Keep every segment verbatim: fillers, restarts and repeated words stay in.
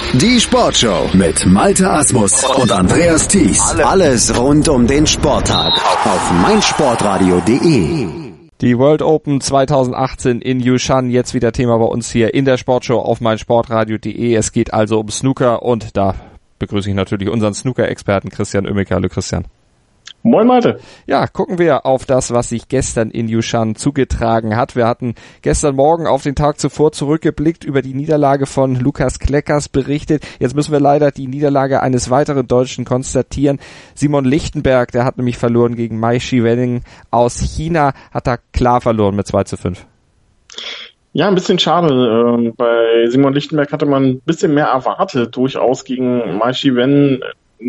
Die Sportshow mit Malte Asmus und Andreas Thies. Alles rund um den Sporttag auf meinsportradio punkt de. Die World Open zwanzig achtzehn in Yushan, jetzt wieder Thema bei uns hier in der Sportshow auf meinsportradio punkt de. Es geht also um Snooker und da begrüße ich natürlich unseren Snooker-Experten Christian Oemmeke. Hallo Christian. Moin Malte. Ja, gucken wir auf das, was sich gestern in Yushan zugetragen hat. Wir hatten gestern Morgen auf den Tag zuvor zurückgeblickt, über die Niederlage von Lukas Kleckers berichtet. Jetzt müssen wir leider die Niederlage eines weiteren Deutschen konstatieren. Simon Lichtenberg, der hat nämlich verloren gegen Mai Shiwen aus China, hat da klar verloren mit zwei zu fünf. Ja, ein bisschen schade. Bei Simon Lichtenberg hatte man ein bisschen mehr erwartet, durchaus gegen Mai Shiwen.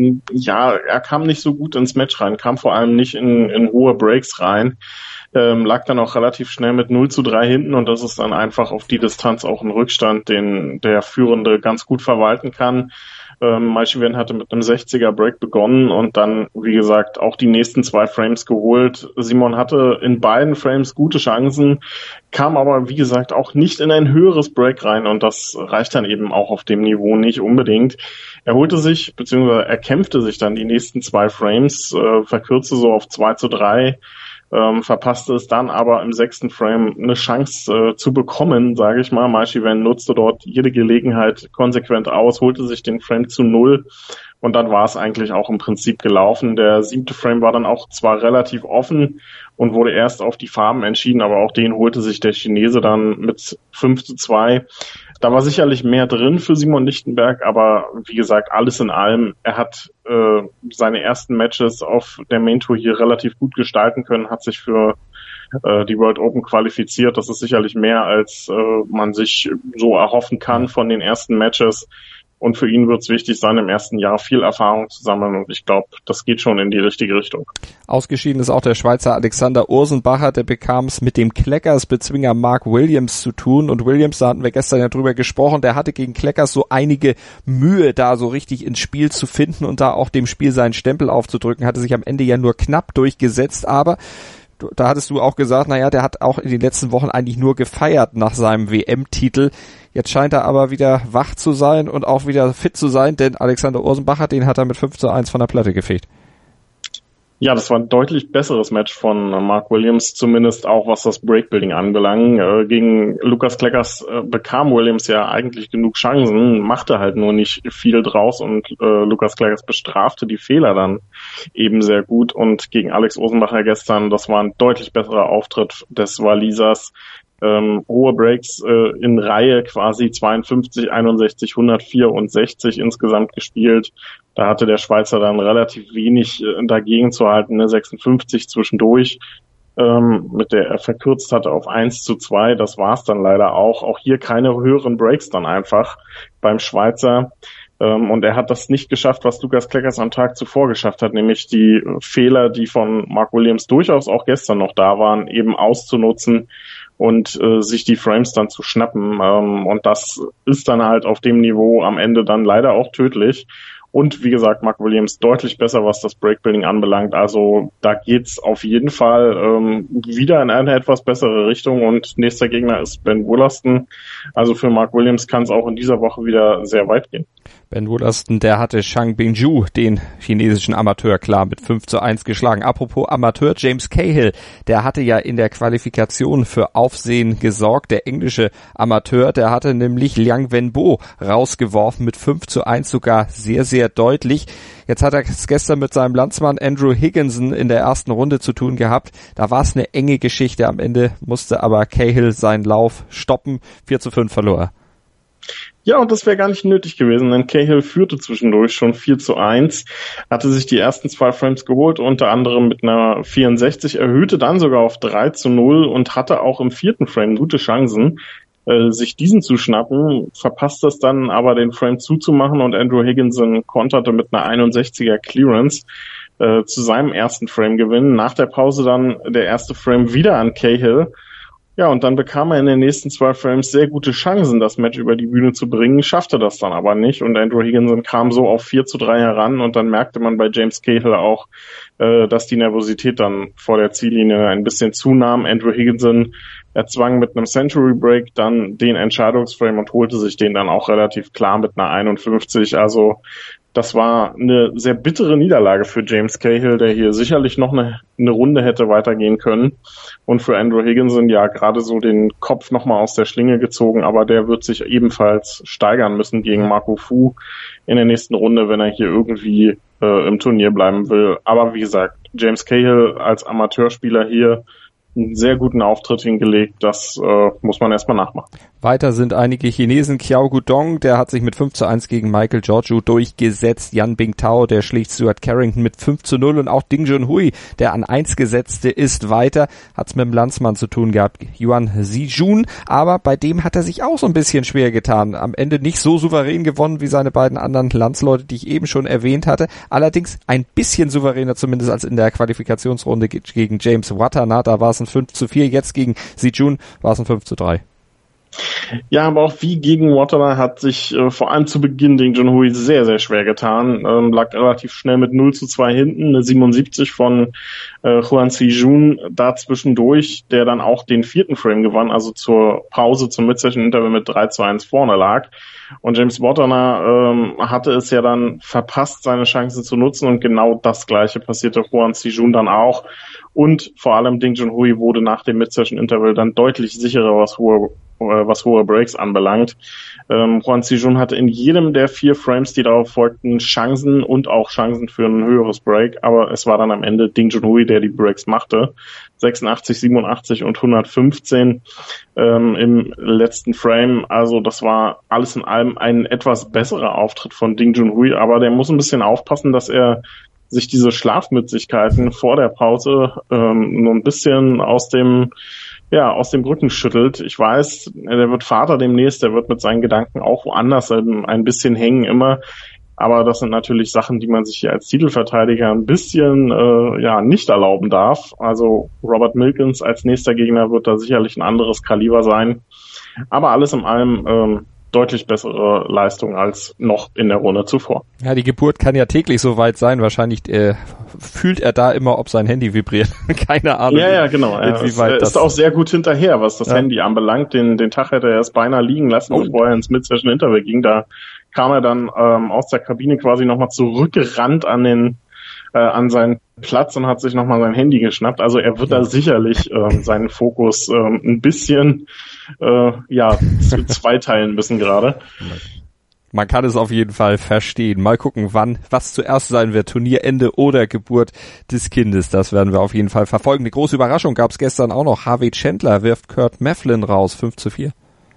Ja, er kam nicht so gut ins Match rein, kam vor allem nicht in, in hohe Breaks rein, ähm, lag dann auch relativ schnell mit null zu drei hinten und das ist dann einfach auf die Distanz auch ein Rückstand, den der Führende ganz gut verwalten kann. Ähm, Mai Shiwen hatte mit einem sechziger Break begonnen und dann, wie gesagt, auch die nächsten zwei Frames geholt. Simon hatte in beiden Frames gute Chancen, kam aber, wie gesagt, auch nicht in ein höheres Break rein und das reicht dann eben auch auf dem Niveau nicht unbedingt. Er holte sich, beziehungsweise er kämpfte sich dann die nächsten zwei Frames, äh, verkürzte so auf zwei zu drei, ähm, verpasste es dann aber im sechsten Frame eine Chance äh, zu bekommen, sage ich mal. Mai Shiwen nutzte dort jede Gelegenheit konsequent aus, holte sich den Frame zu null und dann war es eigentlich auch im Prinzip gelaufen. Der siebte Frame war dann auch zwar relativ offen und wurde erst auf die Farben entschieden, aber auch den holte sich der Chinese dann mit fünf zu zwei. Da war sicherlich mehr drin für Simon Lichtenberg, aber wie gesagt, alles in allem, er hat äh, seine ersten Matches auf der Main Tour hier relativ gut gestalten können, hat sich für äh, die World Open qualifiziert. Das ist sicherlich mehr, als äh, man sich so erhoffen kann von den ersten Matches. Und für ihn wird es wichtig sein, im ersten Jahr viel Erfahrung zu sammeln. Und ich glaube, das geht schon in die richtige Richtung. Ausgeschieden ist auch der Schweizer Alexander Ursenbacher. Der bekam es mit dem Kleckers-Bezwinger Mark Williams zu tun. Und Williams, da hatten wir gestern ja drüber gesprochen, der hatte gegen Kleckers so einige Mühe, da so richtig ins Spiel zu finden und da auch dem Spiel seinen Stempel aufzudrücken. Hatte sich am Ende ja nur knapp durchgesetzt, aber da hattest du auch gesagt, naja, der hat auch in den letzten Wochen eigentlich nur gefeiert nach seinem W M-Titel. Jetzt scheint er aber wieder wach zu sein und auch wieder fit zu sein, denn Alexander Ursenbacher, den hat er mit fünf zu eins von der Platte gefegt. Ja, das war ein deutlich besseres Match von Mark Williams, zumindest auch was das Breakbuilding anbelangt. Äh, gegen Lukas Kleckers äh, bekam Williams ja eigentlich genug Chancen, machte halt nur nicht viel draus und äh, Lukas Kleckers bestrafte die Fehler dann eben sehr gut. Und gegen Alex Ursenbacher gestern, das war ein deutlich besserer Auftritt des Walisers. Ähm, hohe Breaks äh, in Reihe, quasi zweiundfünfzig, einundsechzig, hundertvierundsechzig insgesamt gespielt. Da hatte der Schweizer dann relativ wenig äh, dagegen zu halten, ne? sechsundfünfzig zwischendurch, ähm, mit der er verkürzt hatte auf eins zu zwei. Das war's dann leider auch. Auch hier keine höheren Breaks dann einfach beim Schweizer. Ähm, und er hat das nicht geschafft, was Lukas Kleckers am Tag zuvor geschafft hat, nämlich die Fehler, die von Mark Williams durchaus auch gestern noch da waren, eben auszunutzen und äh, sich die Frames dann zu schnappen. Ähm, und das ist dann halt auf dem Niveau am Ende dann leider auch tödlich. Und wie gesagt, Mark Williams deutlich besser, was das Breakbuilding anbelangt. Also da geht's auf jeden Fall ähm, wieder in eine etwas bessere Richtung. Und nächster Gegner ist Ben Wollaston. Also für Mark Williams kann es auch in dieser Woche wieder sehr weit gehen. Ben Wollaston, der hatte Zhang Bingju, den chinesischen Amateur, klar mit fünf zu eins geschlagen. Apropos Amateur, James Cahill, der hatte ja in der Qualifikation für Aufsehen gesorgt. Der englische Amateur, der hatte nämlich Liang Wenbo rausgeworfen mit fünf zu eins, sogar sehr, sehr deutlich. Jetzt hat er es gestern mit seinem Landsmann Andrew Higginson in der ersten Runde zu tun gehabt. Da war es eine enge Geschichte. Am Ende musste aber Cahill seinen Lauf stoppen. vier zu fünf verlor er. Ja, und das wäre gar nicht nötig gewesen, denn Cahill führte zwischendurch schon vier zu eins, hatte sich die ersten zwei Frames geholt, unter anderem mit einer vierundsechzig, erhöhte dann sogar auf drei zu null und hatte auch im vierten Frame gute Chancen, äh, sich diesen zu schnappen, verpasste es dann aber, den Frame zuzumachen und Andrew Higginson konterte mit einer einundsechziger Clearance äh, zu seinem ersten Frame gewinnen. Nach der Pause dann der erste Frame wieder an Cahill. Ja, und dann bekam er in den nächsten zwei Frames sehr gute Chancen, das Match über die Bühne zu bringen, schaffte das dann aber nicht. Und Andrew Higginson kam so auf vier zu drei heran und dann merkte man bei James Cahill auch, äh, dass die Nervosität dann vor der Ziellinie ein bisschen zunahm. Andrew Higginson erzwang mit einem Century Break dann den Entscheidungsframe und holte sich den dann auch relativ klar mit einer einundfünfzig. Also das war eine sehr bittere Niederlage für James Cahill, der hier sicherlich noch eine, eine Runde hätte weitergehen können. Und für Andrew Higginson ja gerade so den Kopf nochmal aus der Schlinge gezogen, aber der wird sich ebenfalls steigern müssen gegen Marco Fu in der nächsten Runde, wenn er hier irgendwie äh, im Turnier bleiben will. Aber wie gesagt, James Cahill als Amateurspieler hier einen sehr guten Auftritt hingelegt, das äh, muss man erstmal nachmachen. Weiter sind einige Chinesen. Qiao Gudong, der hat sich mit fünf zu eins gegen Michael Giorgio durchgesetzt. Yan Bingtao, der schlägt Stuart Carrington mit fünf zu null und auch Ding Junhui, der an eins gesetzte, ist weiter. Hat's mit dem Landsmann zu tun gehabt, Yuan Zijun, aber bei dem hat er sich auch so ein bisschen schwer getan. Am Ende nicht so souverän gewonnen wie seine beiden anderen Landsleute, die ich eben schon erwähnt hatte. Allerdings ein bisschen souveräner zumindest als in der Qualifikationsrunde gegen James Watana. Da war es ein fünf zu vier, jetzt gegen Zijun war es ein fünf zu drei. Ja, aber auch wie gegen Watana hat sich äh, vor allem zu Beginn Ding Junhui sehr, sehr schwer getan. Ähm, lag relativ schnell mit null zu zwei hinten, eine siebenundsiebzig von äh, Yuan Zijun da zwischendurch, der dann auch den vierten Frame gewann, also zur Pause, zum Mid-Session-Interval mit drei zu eins vorne lag. Und James Watana ähm, hatte es ja dann verpasst, seine Chancen zu nutzen, und genau das Gleiche passierte Yuan Zijun dann auch. Und vor allem Ding Junhui wurde nach dem Mid-Session-Interval dann deutlich sicherer, was hohe was hohe Breaks anbelangt. Ähm, Yuan Zijun hatte in jedem der vier Frames, die darauf folgten, Chancen und auch Chancen für ein höheres Break, aber es war dann am Ende Ding Junhui, der die Breaks machte. sechsundachtzig, siebenundachtzig und hundertfünfzehn ähm, im letzten Frame. Also das war alles in allem ein etwas besserer Auftritt von Ding Junhui, aber der muss ein bisschen aufpassen, dass er sich diese Schlafmützigkeiten vor der Pause ähm, nur ein bisschen aus dem ja, aus dem Rücken schüttelt. Ich weiß, der wird Vater demnächst, der wird mit seinen Gedanken auch woanders ein bisschen hängen immer. Aber das sind natürlich Sachen, die man sich hier als Titelverteidiger ein bisschen äh, ja nicht erlauben darf. Also Robert Milkins als nächster Gegner wird da sicherlich ein anderes Kaliber sein. Aber alles in allem ähm, deutlich bessere Leistung als noch in der Runde zuvor. Ja, die Geburt kann ja täglich so weit sein. Wahrscheinlich äh, fühlt er da immer, ob sein Handy vibriert. Keine Ahnung. Ja, ja, genau. Er ist, er ist auch sehr gut hinterher, was das ja. Handy anbelangt. Den, den Tag hätte er erst beinahe liegen lassen, oh. bevor er ins Mid-Session-Interval ging. Da kam er dann ähm, aus der Kabine quasi nochmal zurückgerannt an den äh, an seinen Platz und hat sich nochmal sein Handy geschnappt. Also er wird da sicherlich ähm, seinen Fokus ähm, ein bisschen äh, ja zu zweiteilen müssen gerade. Man kann es auf jeden Fall verstehen. Mal gucken, wann, was zuerst sein wird, Turnierende oder Geburt des Kindes. Das werden wir auf jeden Fall verfolgen. Eine große Überraschung gab es gestern auch noch. Harvey Chandler wirft Kurt Mefflin raus, fünf zu vier.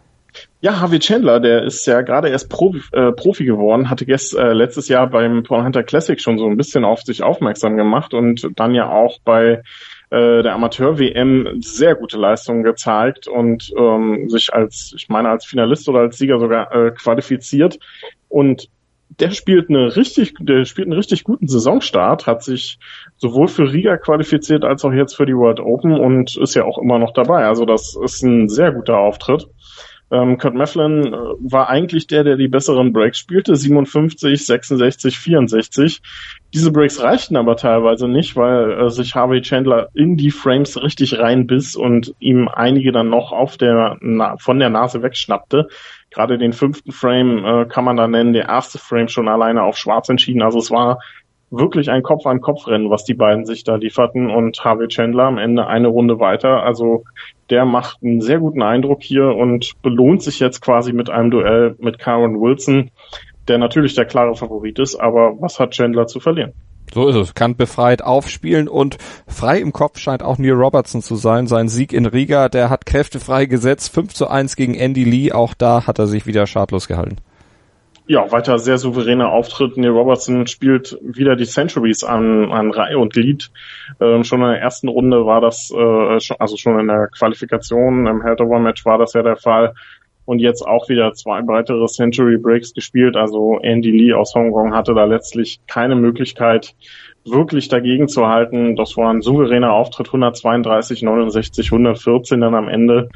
Ja, Harvey Chandler, der ist ja gerade erst Profi, äh, Profi geworden, hatte gest, äh, letztes Jahr beim Paul Hunter Classic schon so ein bisschen auf sich aufmerksam gemacht und dann ja auch bei äh, der Amateur-W M sehr gute Leistungen gezeigt und ähm, sich als, ich meine, als Finalist oder als Sieger sogar äh, qualifiziert. Und der spielt eine richtig, der spielt einen richtig guten Saisonstart, hat sich sowohl für Riga qualifiziert als auch jetzt für die World Open und ist ja auch immer noch dabei. Also das ist ein sehr guter Auftritt. Ähm, Kurt Mefflin äh, war eigentlich der, der die besseren Breaks spielte, siebenundfünfzig, sechsundsechzig, vierundsechzig. Diese Breaks reichten aber teilweise nicht, weil äh, sich Harvey Chandler in die Frames richtig reinbiss und ihm einige dann noch auf der Na- von der Nase wegschnappte. Gerade den fünften Frame äh, kann man da nennen, der erste Frame schon alleine auf Schwarz entschieden. Also es war wirklich ein Kopf-an-Kopf-Rennen, was die beiden sich da lieferten, und Harvey Chandler am Ende eine Runde weiter. Also der macht einen sehr guten Eindruck hier und belohnt sich jetzt quasi mit einem Duell mit Karen Wilson, der natürlich der klare Favorit ist, aber was hat Chandler zu verlieren? So ist es, kann befreit aufspielen und frei im Kopf scheint auch Neil Robertson zu sein. Sein Sieg in Riga, der hat Kräfte freigesetzt, fünf zu eins gegen Andy Lee, auch da hat er sich wieder schadlos gehalten. Ja, weiter sehr souveräner Auftritt. Neil Robertson spielt wieder die Centuries an, an Reihe und Glied. Ähm, schon in der ersten Runde war das, äh, schon, also schon in der Qualifikation, im Head-Over-Match war das ja der Fall. Und jetzt auch wieder zwei weitere Century Breaks gespielt. Also Andy Lee aus Hongkong hatte da letztlich keine Möglichkeit, wirklich dagegen zu halten. Das war ein souveräner Auftritt, hundertzweiunddreißig, neunundsechzig, hundertvierzehn dann am Ende.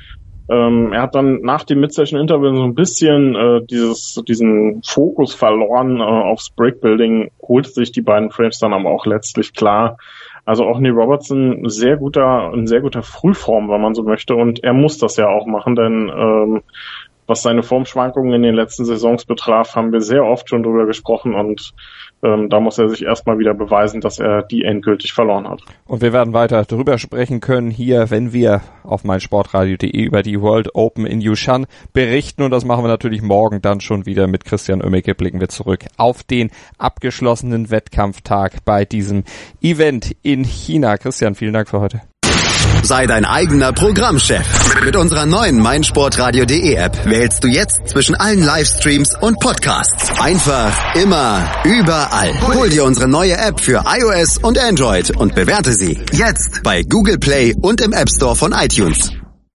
Ähm, er hat dann nach dem Mid-Session-Interview so ein bisschen äh, dieses diesen Fokus verloren äh, aufs Breakbuilding, holte sich die beiden Frames dann aber auch letztlich klar. Also auch Neil Robertson, sehr guter, ein sehr guter Frühform, wenn man so möchte, und er muss das ja auch machen, denn ähm, was seine Formschwankungen in den letzten Saisons betraf, haben wir sehr oft schon drüber gesprochen, und ähm, da muss er sich erstmal wieder beweisen, dass er die endgültig verloren hat. Und wir werden weiter drüber sprechen können hier, wenn wir auf meinsportradio punkt de über die World Open in Yushan berichten, und das machen wir natürlich morgen dann schon wieder mit Christian Oemmeke. Blicken wir zurück auf den abgeschlossenen Wettkampftag bei diesem Event in China. Christian, vielen Dank für heute. Sei dein eigener Programmchef. Mit unserer neuen meinsportradio punkt de App wählst du jetzt zwischen allen Livestreams und Podcasts. Einfach, immer, überall. Hol dir unsere neue App für iOS und Android und bewerte sie jetzt bei Google Play und im App Store von iTunes.